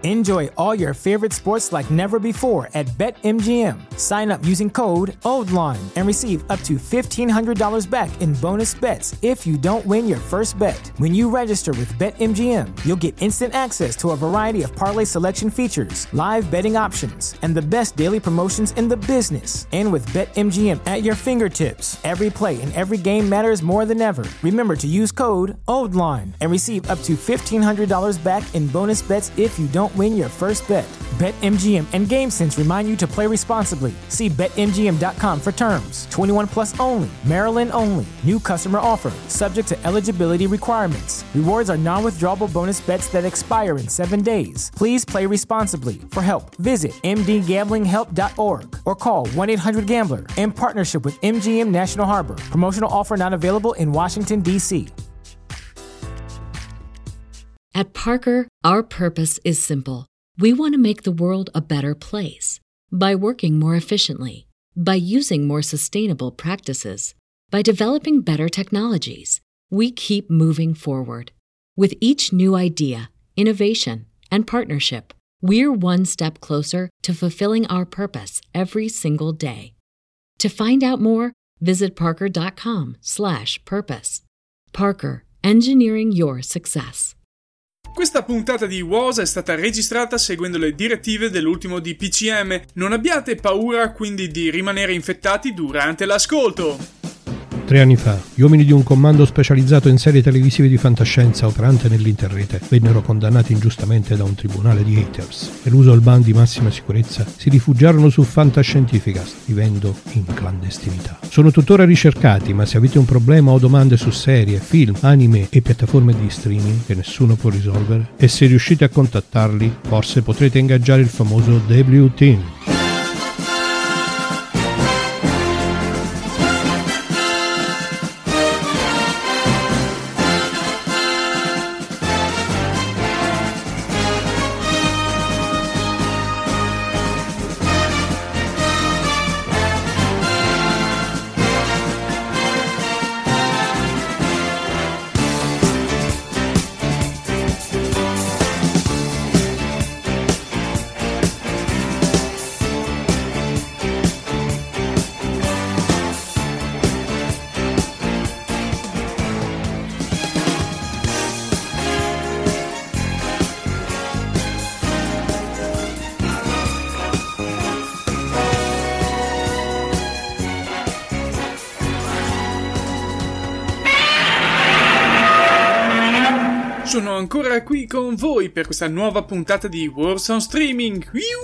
Enjoy all your favorite sports like never before at BetMGM. Sign up using code OldLine and receive up to $1,500 back in bonus bets if you don't win your first bet. When you register with BetMGM, you'll get instant access to a variety of parlay selection features, live betting options, and the best daily promotions in the business. And with BetMGM at your fingertips, every play and every game matters more than ever. Remember to use code OldLine and receive up to $1,500 back in bonus bets if you don't win your first bet. BetMGM and GameSense remind you to play responsibly. See BetMGM.com for terms. 21 plus only. Maryland only. New customer offer. Subject to eligibility requirements. Rewards are non-withdrawable bonus bets that expire in 7 days. Please play responsibly. For help, visit mdgamblinghelp.org or call 1-800-GAMBLER in partnership with MGM National Harbor. Promotional offer not available in Washington, D.C. At Parker, our purpose is simple. We want to make the world a better place by working more efficiently, by using more sustainable practices, by developing better technologies. We keep moving forward. With each new idea, innovation, and partnership, we're one step closer to fulfilling our purpose every single day. To find out more, visit parker.com/purpose. Parker, engineering your success. Questa puntata di WOS è stata registrata seguendo le direttive dell'ultimo DPCM. Non abbiate paura quindi di rimanere infettati durante l'ascolto. 3 anni fa, gli uomini di un comando specializzato in serie televisive di fantascienza operante nell'interrete vennero condannati ingiustamente da un tribunale di haters. Eluso il ban di massima sicurezza, si rifugiarono su Fantascientificast, vivendo in clandestinità. Sono tuttora ricercati, ma se avete un problema o domande su serie, film, anime e piattaforme di streaming che nessuno può risolvere, e se riuscite a contattarli, forse potrete ingaggiare il famoso W-Team. Sono ancora qui con voi per questa nuova puntata di Wars on Streaming.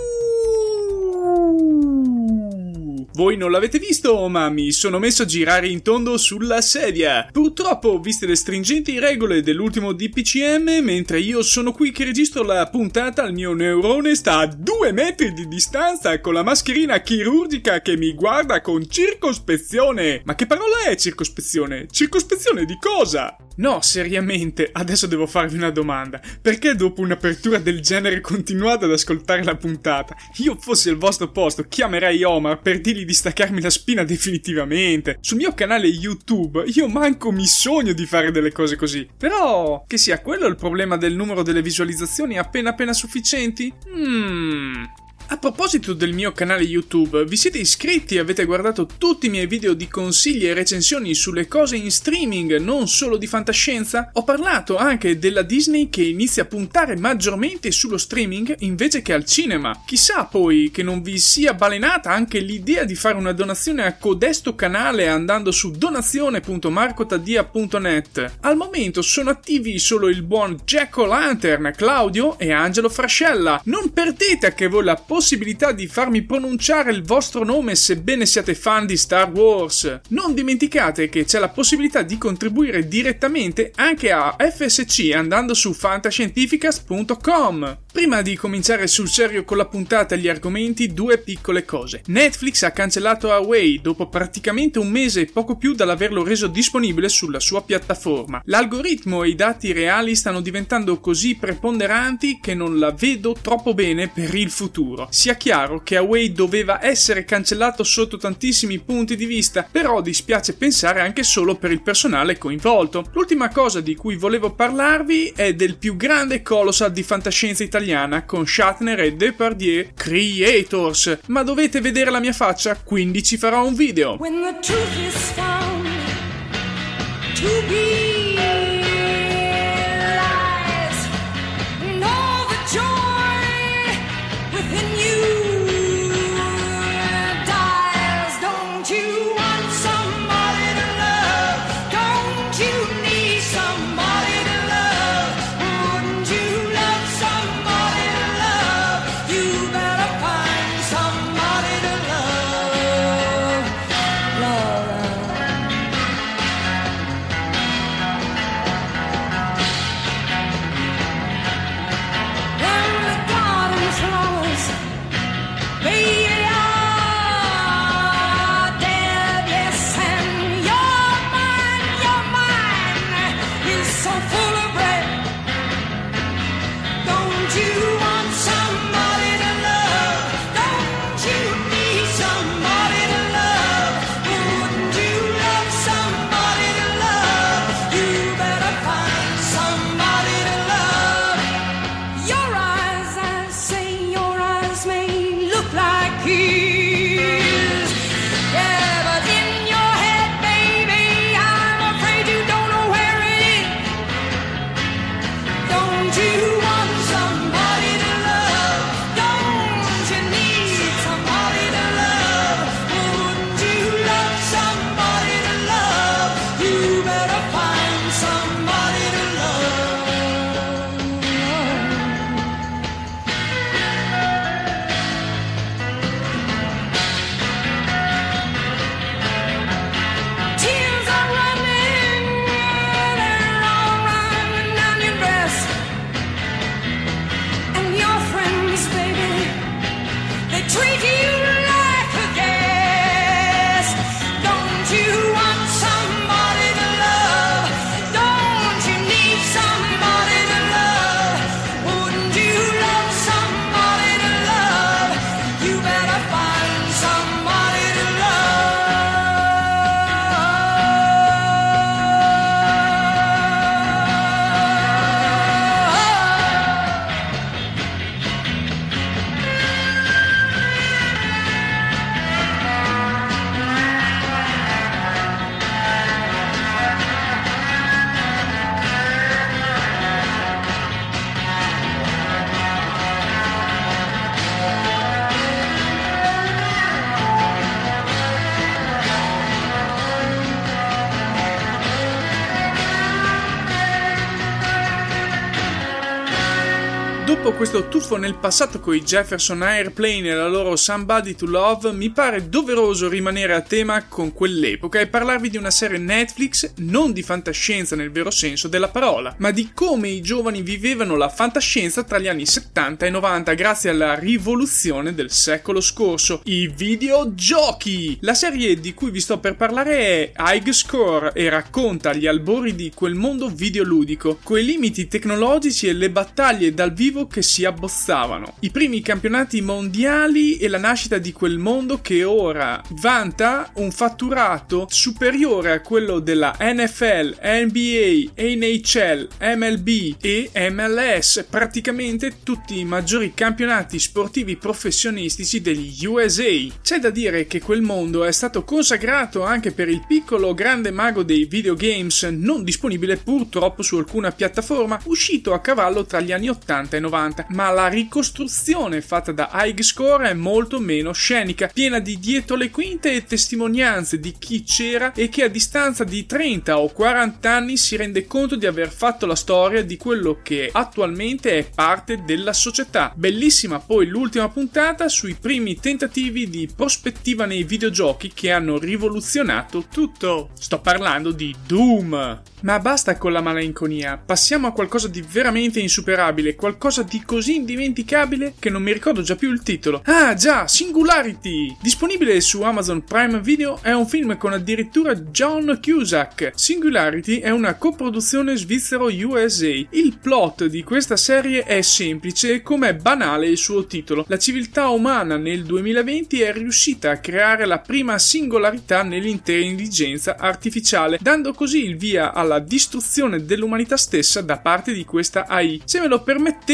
Voi non l'avete visto, ma mi sono messo a girare in tondo sulla sedia. Purtroppo, viste le stringenti regole dell'ultimo DPCM, mentre io sono qui che registro la puntata, il mio neurone sta a 2 metri di distanza con la mascherina chirurgica che mi guarda con circospezione. Ma che parola è circospezione? Circospezione di cosa? No, seriamente, adesso devo farvi una domanda. Perché dopo un'apertura del genere continuate ad ascoltare la puntata? Io fossi al vostro posto, chiamerei Omar per dirgli di staccarmi la spina definitivamente. Sul mio canale YouTube io manco mi sogno di fare delle cose così. Però, che sia quello il problema del numero delle visualizzazioni appena sufficienti? A proposito del mio canale YouTube, vi siete iscritti e avete guardato tutti i miei video di consigli e recensioni sulle cose in streaming, non solo di fantascienza? Ho parlato anche della Disney che inizia a puntare maggiormente sullo streaming invece che al cinema. Chissà poi che non vi sia balenata anche l'idea di fare una donazione a codesto canale andando su donazione.marcotadia.net. Al momento sono attivi solo il buon Jack O'Lantern, Claudio e Angelo Frascella. Non perdete anche voi la possibilità di farmi pronunciare il vostro nome sebbene siate fan di Star Wars. Non dimenticate che c'è la possibilità di contribuire direttamente anche a FSC andando su fantascientificast.com. Prima di cominciare sul serio con la puntata e gli argomenti, 2 piccole cose. Netflix ha cancellato Away dopo praticamente un mese e poco più dall'averlo reso disponibile sulla sua piattaforma. L'algoritmo e i dati reali stanno diventando così preponderanti che non la vedo troppo bene per il futuro. Sia chiaro che Away doveva essere cancellato sotto tantissimi punti di vista, però dispiace pensare anche solo per il personale coinvolto. L'ultima cosa di cui volevo parlarvi è del più grande colossal di fantascienza italiano italiana con Shatner e Depardieu, Creators. Ma dovete vedere la mia faccia, quindi ci farò un video. When the truth is found to be lies, and all the joy within you dies. Don't you want somebody to love? Don't you need somebody to love? Wouldn't you love somebody to love? You better find somebody to love. Love. Dopo questo tuffo nel passato coi Jefferson Airplane e la loro Somebody to Love, mi pare doveroso rimanere a tema con quell'epoca e parlarvi di una serie Netflix non di fantascienza nel vero senso della parola, ma di come i giovani vivevano la fantascienza tra gli anni 70 e 90 grazie alla rivoluzione del secolo scorso, i videogiochi! La serie di cui vi sto per parlare è High Score e racconta gli albori di quel mondo videoludico, coi limiti tecnologici e le battaglie dal vivo che si abbozzavano, i primi campionati mondiali e la nascita di quel mondo che ora vanta un fatturato superiore a quello della NFL, NBA, NHL, MLB e MLS, praticamente tutti i maggiori campionati sportivi professionistici degli USA. C'è da dire che quel mondo è stato consacrato anche per il piccolo grande mago dei videogames, non disponibile purtroppo su alcuna piattaforma, uscito a cavallo tra gli anni 80 e 90, ma la ricostruzione fatta da High Score è molto meno scenica, piena di dietro le quinte e testimonianze di chi c'era e che a distanza di 30 o 40 anni si rende conto di aver fatto la storia di quello che attualmente è parte della società. Bellissima poi l'ultima puntata sui primi tentativi di prospettiva nei videogiochi che hanno rivoluzionato tutto. Sto parlando di Doom. Ma basta con la malinconia, passiamo a qualcosa di veramente insuperabile, qualcosa di così indimenticabile che non mi ricordo già più il titolo. Ah già, Singularity! Disponibile su Amazon Prime Video, è un film con addirittura John Cusack. Singularity è una coproduzione svizzero-USA. Il plot di questa serie è semplice come è banale il suo titolo. La civiltà umana nel 2020 è riuscita a creare la prima singolarità nell'intelligenza artificiale, dando così il via alla distruzione dell'umanità stessa da parte di questa AI. Se me lo permettete,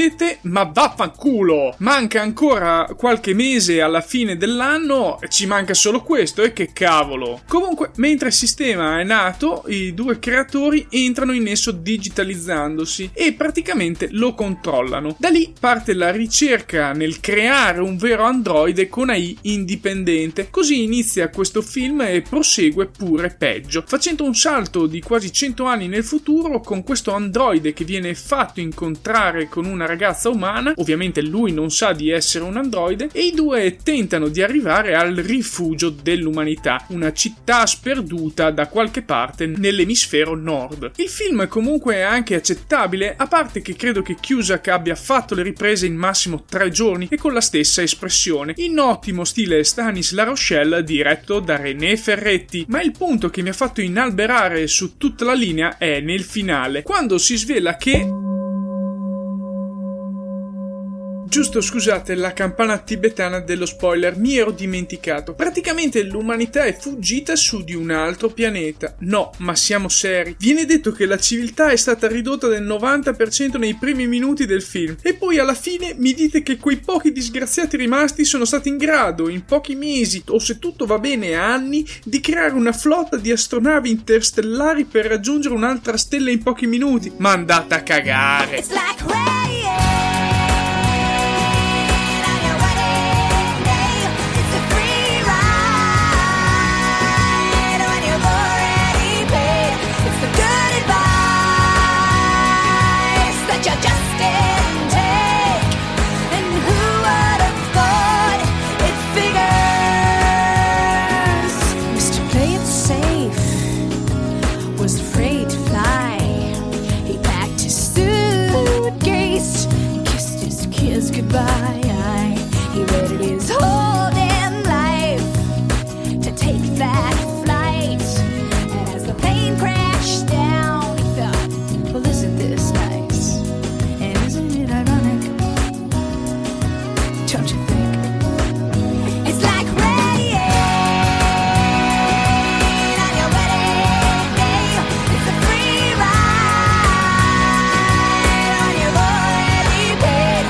direte, ma vaffanculo, manca ancora qualche mese alla fine dell'anno, ci manca solo questo, e che cavolo. Comunque, mentre il sistema è nato, i due creatori entrano in esso digitalizzandosi e praticamente lo controllano. Da lì parte la ricerca nel creare un vero androide con AI indipendente. Così inizia questo film e prosegue pure peggio, facendo un salto di quasi 100 anni nel futuro con questo androide che viene fatto incontrare con una ragazza umana. Ovviamente lui non sa di essere un androide e i due tentano di arrivare al rifugio dell'umanità, una città sperduta da qualche parte nell'emisfero nord. Il film comunque è anche accettabile, a parte che credo che Cusack abbia fatto le riprese in massimo 3 giorni e con la stessa espressione, in ottimo stile Stanis La Rochelle diretto da René Ferretti. Ma il punto che mi ha fatto inalberare su tutta la linea è nel finale, quando si svela che... Giusto, scusate, la campana tibetana dello spoiler, mi ero dimenticato. Praticamente l'umanità è fuggita su di un altro pianeta. No, ma siamo seri. Viene detto che la civiltà è stata ridotta del 90% nei primi minuti del film. E poi alla fine mi dite che quei pochi disgraziati rimasti sono stati in grado, in pochi mesi, o se tutto va bene anni, di creare una flotta di astronavi interstellari per raggiungere un'altra stella in pochi minuti. Ma andate a cagare. It's like rain. He waited his whole damn life to take that flight, and as the plane crashed down, he thought, well, isn't this nice? And isn't it ironic? Don't you think? It's like rain on your wedding day. It's a free ride on your already paid.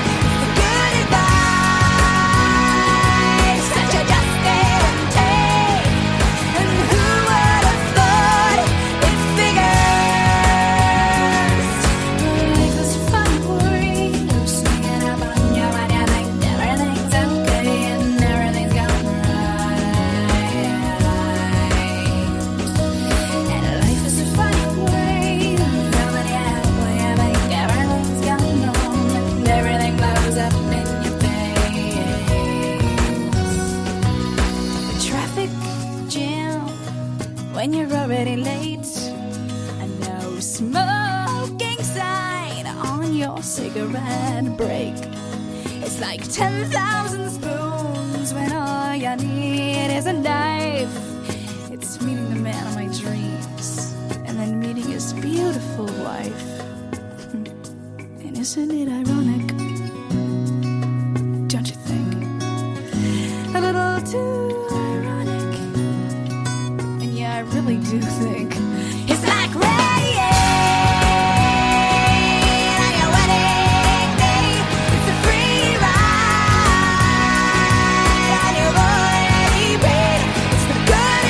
When you're already late, and no smoking sign on your cigarette break. It's like 10,000 spoons when all you need is a knife. It's meeting the man of my dreams, and then meeting his beautiful wife. And isn't it ironic? Don't you think? A little too I really do think it's like rain on your wedding day. It's a free ride on your already paid. It's the good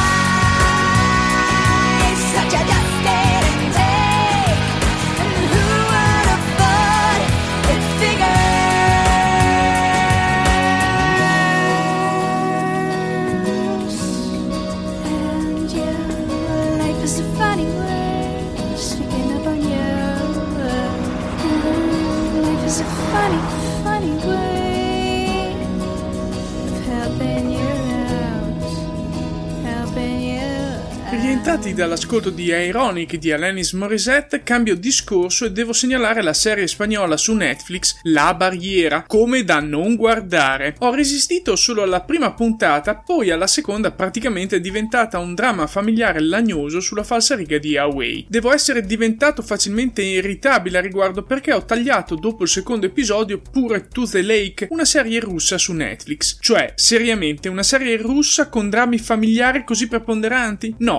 advice that you just didn't take. And who would have thought it figured? It's a funny way, sneaking up on you. Life is a funny, funny way of helping you out, helping you out. Rientrati dall'ascolto di Ironic di Alanis Morissette, cambio discorso e devo segnalare la serie spagnola su Netflix La Barriera, come da non guardare. Ho resistito solo alla prima puntata, poi alla seconda praticamente è diventata un dramma familiare lagnoso sulla falsariga di Away. Devo essere diventato facilmente irritabile a riguardo perché ho tagliato dopo il secondo episodio pure To the Lake, una serie russa su Netflix. Cioè, seriamente, una serie russa con drammi familiari così preponderanti? No, è che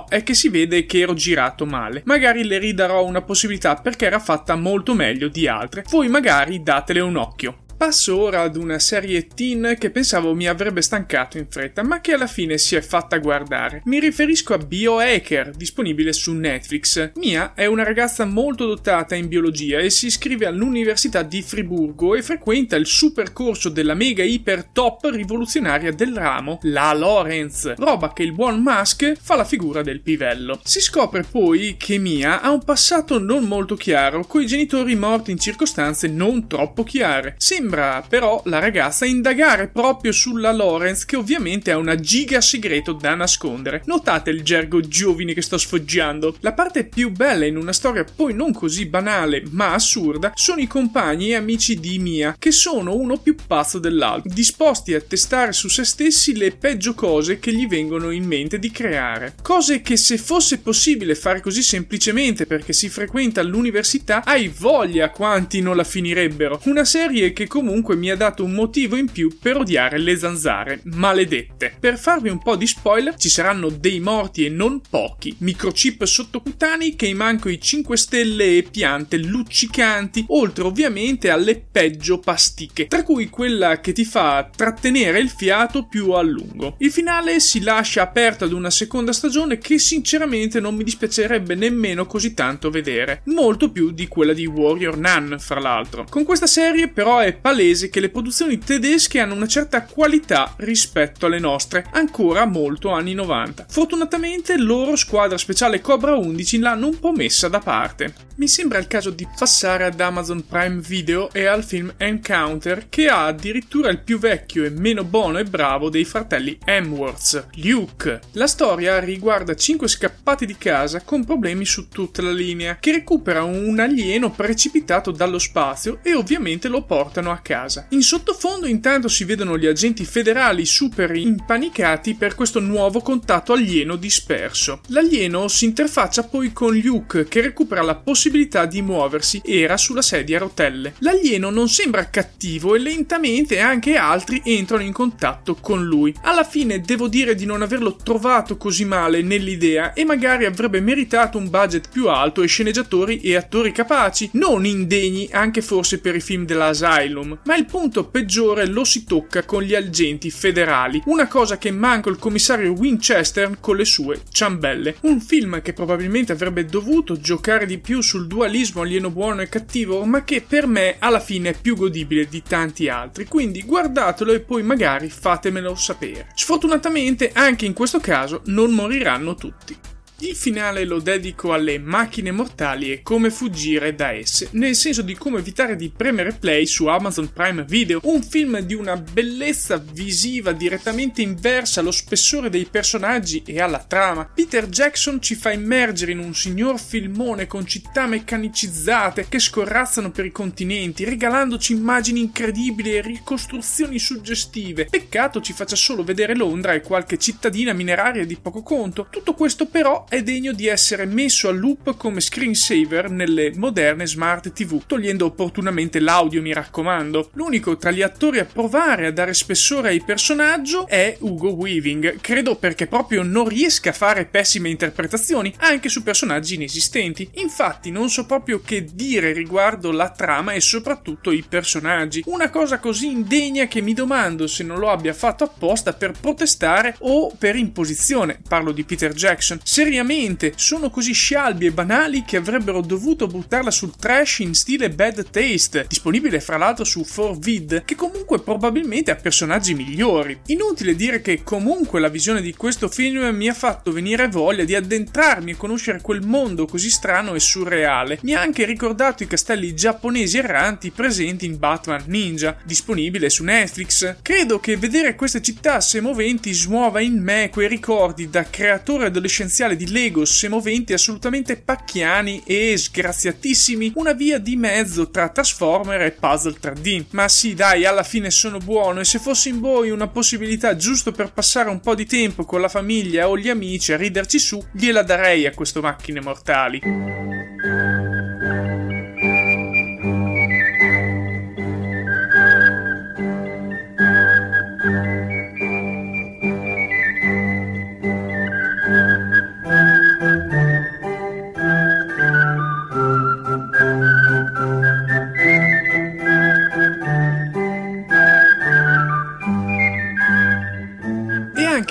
si vede che ero girato male. Magari le ridarò una possibilità perché era fatta molto meglio di altre. Voi magari datele un occhio. Passo ora ad una serie teen che pensavo mi avrebbe stancato in fretta, ma che alla fine si è fatta guardare. Mi riferisco a Biohacker, disponibile su Netflix. Mia è una ragazza molto dotata in biologia e si iscrive all'Università di Friburgo e frequenta il super corso della mega iper top rivoluzionaria del ramo, la Lorenz, roba che il buon Musk fa la figura del pivello. Si scopre poi che Mia ha un passato non molto chiaro, coi genitori morti in circostanze non troppo chiare. Sembra però la ragazza indagare proprio sulla Lorenz, che ovviamente ha una giga segreto da nascondere. Notate il gergo giovine che sto sfoggiando. La parte più bella in una storia poi non così banale ma assurda sono i compagni e amici di Mia, che sono uno più pazzo dell'altro, disposti a testare su se stessi le peggio cose che gli vengono in mente di creare. Cose che, se fosse possibile fare così semplicemente perché si frequenta all'università, hai voglia quanti non la finirebbero. Una serie che comunque mi ha dato un motivo in più per odiare le zanzare maledette. Per farvi un po' di spoiler, ci saranno dei morti e non pochi, microchip sottocutanei che manco i 5 stelle e piante luccicanti, oltre ovviamente alle peggio pastiche, tra cui quella che ti fa trattenere il fiato più a lungo. Il finale si lascia aperto ad una seconda stagione che sinceramente non mi dispiacerebbe nemmeno così tanto vedere, molto più di quella di Warrior Nun, fra l'altro. Con questa serie però è palese che le produzioni tedesche hanno una certa qualità rispetto alle nostre, ancora molto anni 90. Fortunatamente loro squadra speciale Cobra 11 l'hanno un po' messa da parte. Mi sembra il caso di passare ad Amazon Prime Video e al film Encounter, che ha addirittura il più vecchio e meno buono e bravo dei fratelli Hemsworth, Luke. La storia riguarda 5 scappati di casa con problemi su tutta la linea, che recuperano un alieno precipitato dallo spazio e ovviamente lo portano a casa. In sottofondo intanto si vedono gli agenti federali super impanicati per questo nuovo contatto alieno disperso. L'alieno si interfaccia poi con Luke, che recupera la possibilità di muoversi, era sulla sedia a rotelle. L'alieno non sembra cattivo e lentamente anche altri entrano in contatto con lui. Alla fine devo dire di non averlo trovato così male nell'idea e magari avrebbe meritato un budget più alto e sceneggiatori e attori capaci, non indegni anche forse per i film dell'Asylum. Ma il punto peggiore lo si tocca con gli agenti federali, una cosa che manca il commissario Winchester con le sue ciambelle. Un film che probabilmente avrebbe dovuto giocare di più sul dualismo alieno buono e cattivo, ma che per me alla fine è più godibile di tanti altri, quindi guardatelo e poi magari fatemelo sapere. Sfortunatamente anche in questo caso non moriranno tutti. Il finale lo dedico alle macchine mortali e come fuggire da esse, nel senso di come evitare di premere play su Amazon Prime Video, un film di una bellezza visiva direttamente inversa allo spessore dei personaggi e alla trama. Peter Jackson ci fa immergere in un signor filmone con città meccanicizzate che scorrazzano per i continenti, regalandoci immagini incredibili e ricostruzioni suggestive. Peccato ci faccia solo vedere Londra e qualche cittadina mineraria di poco conto. Tutto questo però è degno di essere messo a loop come screensaver nelle moderne smart TV, togliendo opportunamente l'audio, mi raccomando. L'unico tra gli attori a provare a dare spessore ai personaggi è Hugo Weaving, credo perché proprio non riesca a fare pessime interpretazioni anche su personaggi inesistenti. Infatti non so proprio che dire riguardo la trama e soprattutto i personaggi, una cosa così indegna che mi domando se non lo abbia fatto apposta per protestare o per imposizione. Parlo di Peter Jackson. Seriamente sono così scialbi e banali che avrebbero dovuto buttarla sul trash in stile Bad Taste, disponibile fra l'altro su 4Vid, che comunque probabilmente ha personaggi migliori. Inutile dire che comunque la visione di questo film mi ha fatto venire voglia di addentrarmi e conoscere quel mondo così strano e surreale. Mi ha anche ricordato i castelli giapponesi erranti presenti in Batman Ninja, disponibile su Netflix. Credo che vedere queste città semoventi smuova in me quei ricordi da creatore adolescenziale di Lego semoventi assolutamente pacchiani e sgraziatissimi, una via di mezzo tra Transformer e puzzle 3D. Ma sì, dai, alla fine sono buono e se fossi in voi una possibilità giusto per passare un po' di tempo con la famiglia o gli amici a riderci su, gliela darei a questo Macchine Mortali.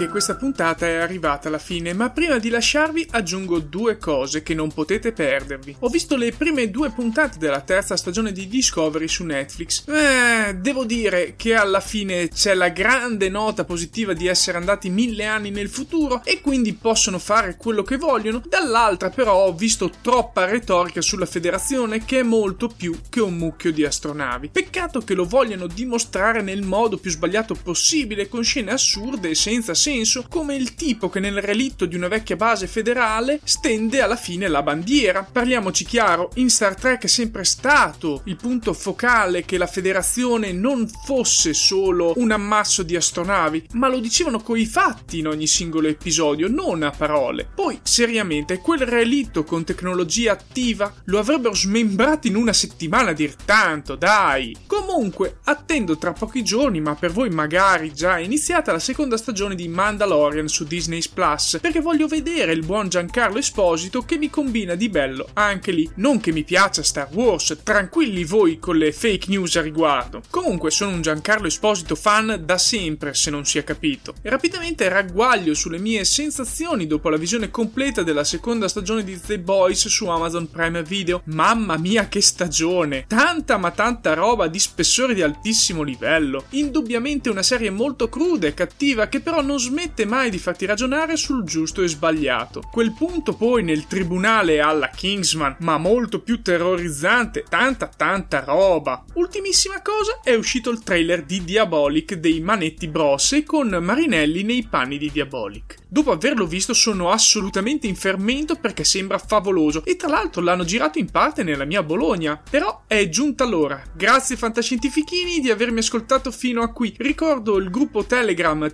anche questa puntata è arrivata alla fine, ma prima di lasciarvi aggiungo 2 cose che non potete perdervi. Ho visto le prime 2 puntate della terza stagione di Discovery su Netflix. Devo dire che alla fine c'è la grande nota positiva di essere andati 1000 anni nel futuro e quindi possono fare quello che vogliono. Dall'altra però ho visto troppa retorica sulla federazione, che è molto più che un mucchio di astronavi. Peccato che lo vogliano dimostrare nel modo più sbagliato possibile, con scene assurde e senza senso, come il tipo che nel relitto di una vecchia base federale stende alla fine la bandiera. Parliamoci chiaro, in Star Trek è sempre stato il punto focale che la federazione non fosse solo un ammasso di astronavi, ma lo dicevano coi fatti in ogni singolo episodio, non a parole. Poi, seriamente, quel relitto con tecnologia attiva lo avrebbero smembrato in una settimana, a dir tanto, dai! Comunque, attendo tra pochi giorni, ma per voi magari già è iniziata, la seconda stagione di Mandalorian su Disney Plus, perché voglio vedere il buon Giancarlo Esposito che mi combina di bello anche lì. Non che mi piaccia Star Wars, tranquilli voi con le fake news a riguardo. Comunque sono un Giancarlo Esposito fan da sempre, se non si è capito. E rapidamente ragguaglio sulle mie sensazioni dopo la visione completa della seconda stagione di The Boys su Amazon Prime Video. Mamma mia che stagione! Tanta ma tanta roba di spessore di altissimo livello. Indubbiamente una serie molto cruda e cattiva, che però non smette mai di farti ragionare sul giusto e sbagliato. Quel punto poi nel tribunale alla Kingsman, ma molto più terrorizzante, tanta roba. Ultimissima cosa, è uscito il trailer di Diabolic dei Manetti Bros e con Marinelli nei panni di Diabolic. Dopo averlo visto sono assolutamente in fermento perché sembra favoloso e tra l'altro l'hanno girato in parte nella mia Bologna. Però è giunta l'ora. Grazie fantascientifichini di avermi ascoltato fino a qui. Ricordo il gruppo Telegram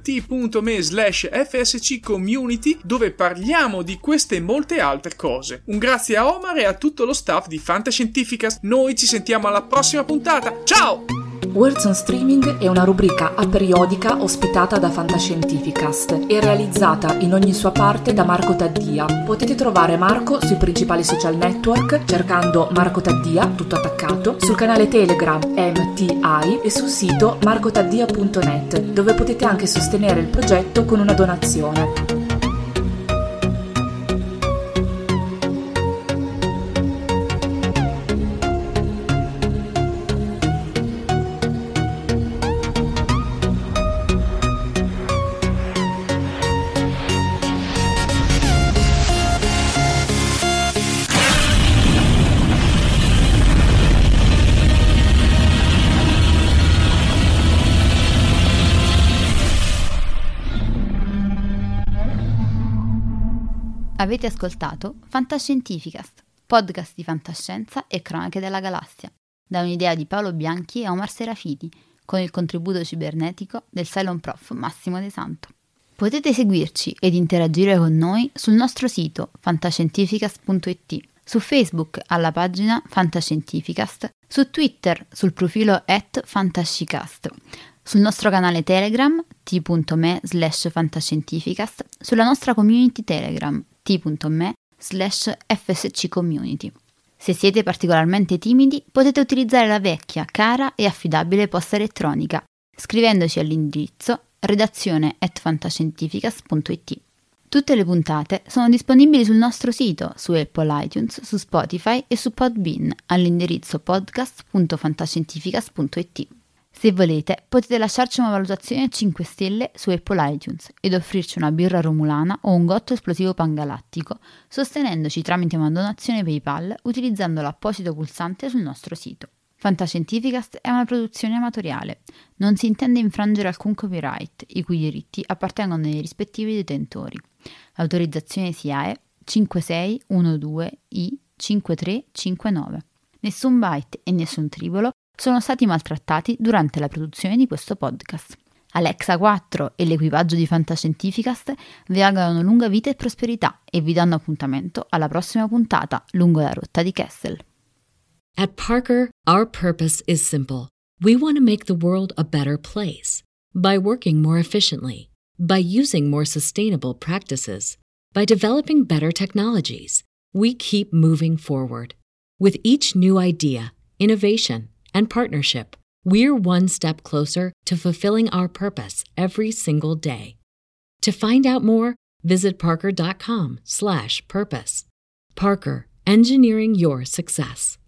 t.me/FSC Community, dove parliamo di queste e molte altre cose. Un grazie a Omar e a tutto lo staff di Fantascientificast. Noi ci sentiamo alla prossima puntata. Ciao! Words on Streaming è una rubrica aperiodica ospitata da Fantascientificast e realizzata in ogni sua parte da Marco Taddia. Potete trovare Marco sui principali social network cercando Marco Taddia, tutto attaccato, sul canale Telegram MTI e sul sito marcotaddia.net, dove potete anche sostenere il progetto con una donazione. Avete ascoltato Fantascientificast, podcast di fantascienza e cronache della galassia, da un'idea di Paolo Bianchi e Omar Serafiti, con il contributo cibernetico del Cylon Prof Massimo De Santo. Potete seguirci ed interagire con noi sul nostro sito fantascientificast.it, su Facebook alla pagina Fantascientificast, su Twitter sul profilo @fantascicast, sul nostro canale Telegram t.me/fantascientificast, sulla nostra community Telegram t.me/FSC Community. Se siete particolarmente timidi, potete utilizzare la vecchia, cara e affidabile posta elettronica, scrivendoci all'indirizzo redazione@fantascientificast.it. Tutte le puntate sono disponibili sul nostro sito, su Apple iTunes, su Spotify e su Podbean, all'indirizzo podcast.fantascientificast.it. Se volete, potete lasciarci una valutazione a 5 stelle su Apple iTunes ed offrirci una birra romulana o un gotto esplosivo pangalattico, sostenendoci tramite una donazione PayPal utilizzando l'apposito pulsante sul nostro sito. Fantascientificast è una produzione amatoriale. Non si intende infrangere alcun copyright, i cui diritti appartengono ai rispettivi detentori. L'autorizzazione SIAE 5612I5359. Nessun byte e nessun tribolo sono stati maltrattati durante la produzione di questo podcast. Alexa 4 e l'equipaggio di Fantascientificast vi augurano lunga vita e prosperità e vi danno appuntamento alla prossima puntata lungo la rotta di Kessel. At Parker, our purpose is simple. We want to make the world a better place by working more efficiently, by using more sustainable practices, by developing better technologies. We keep moving forward. With each new idea, innovation, and partnership, we're one step closer to fulfilling our purpose every single day. To find out more, visit parker.com/purpose. Parker, engineering your success.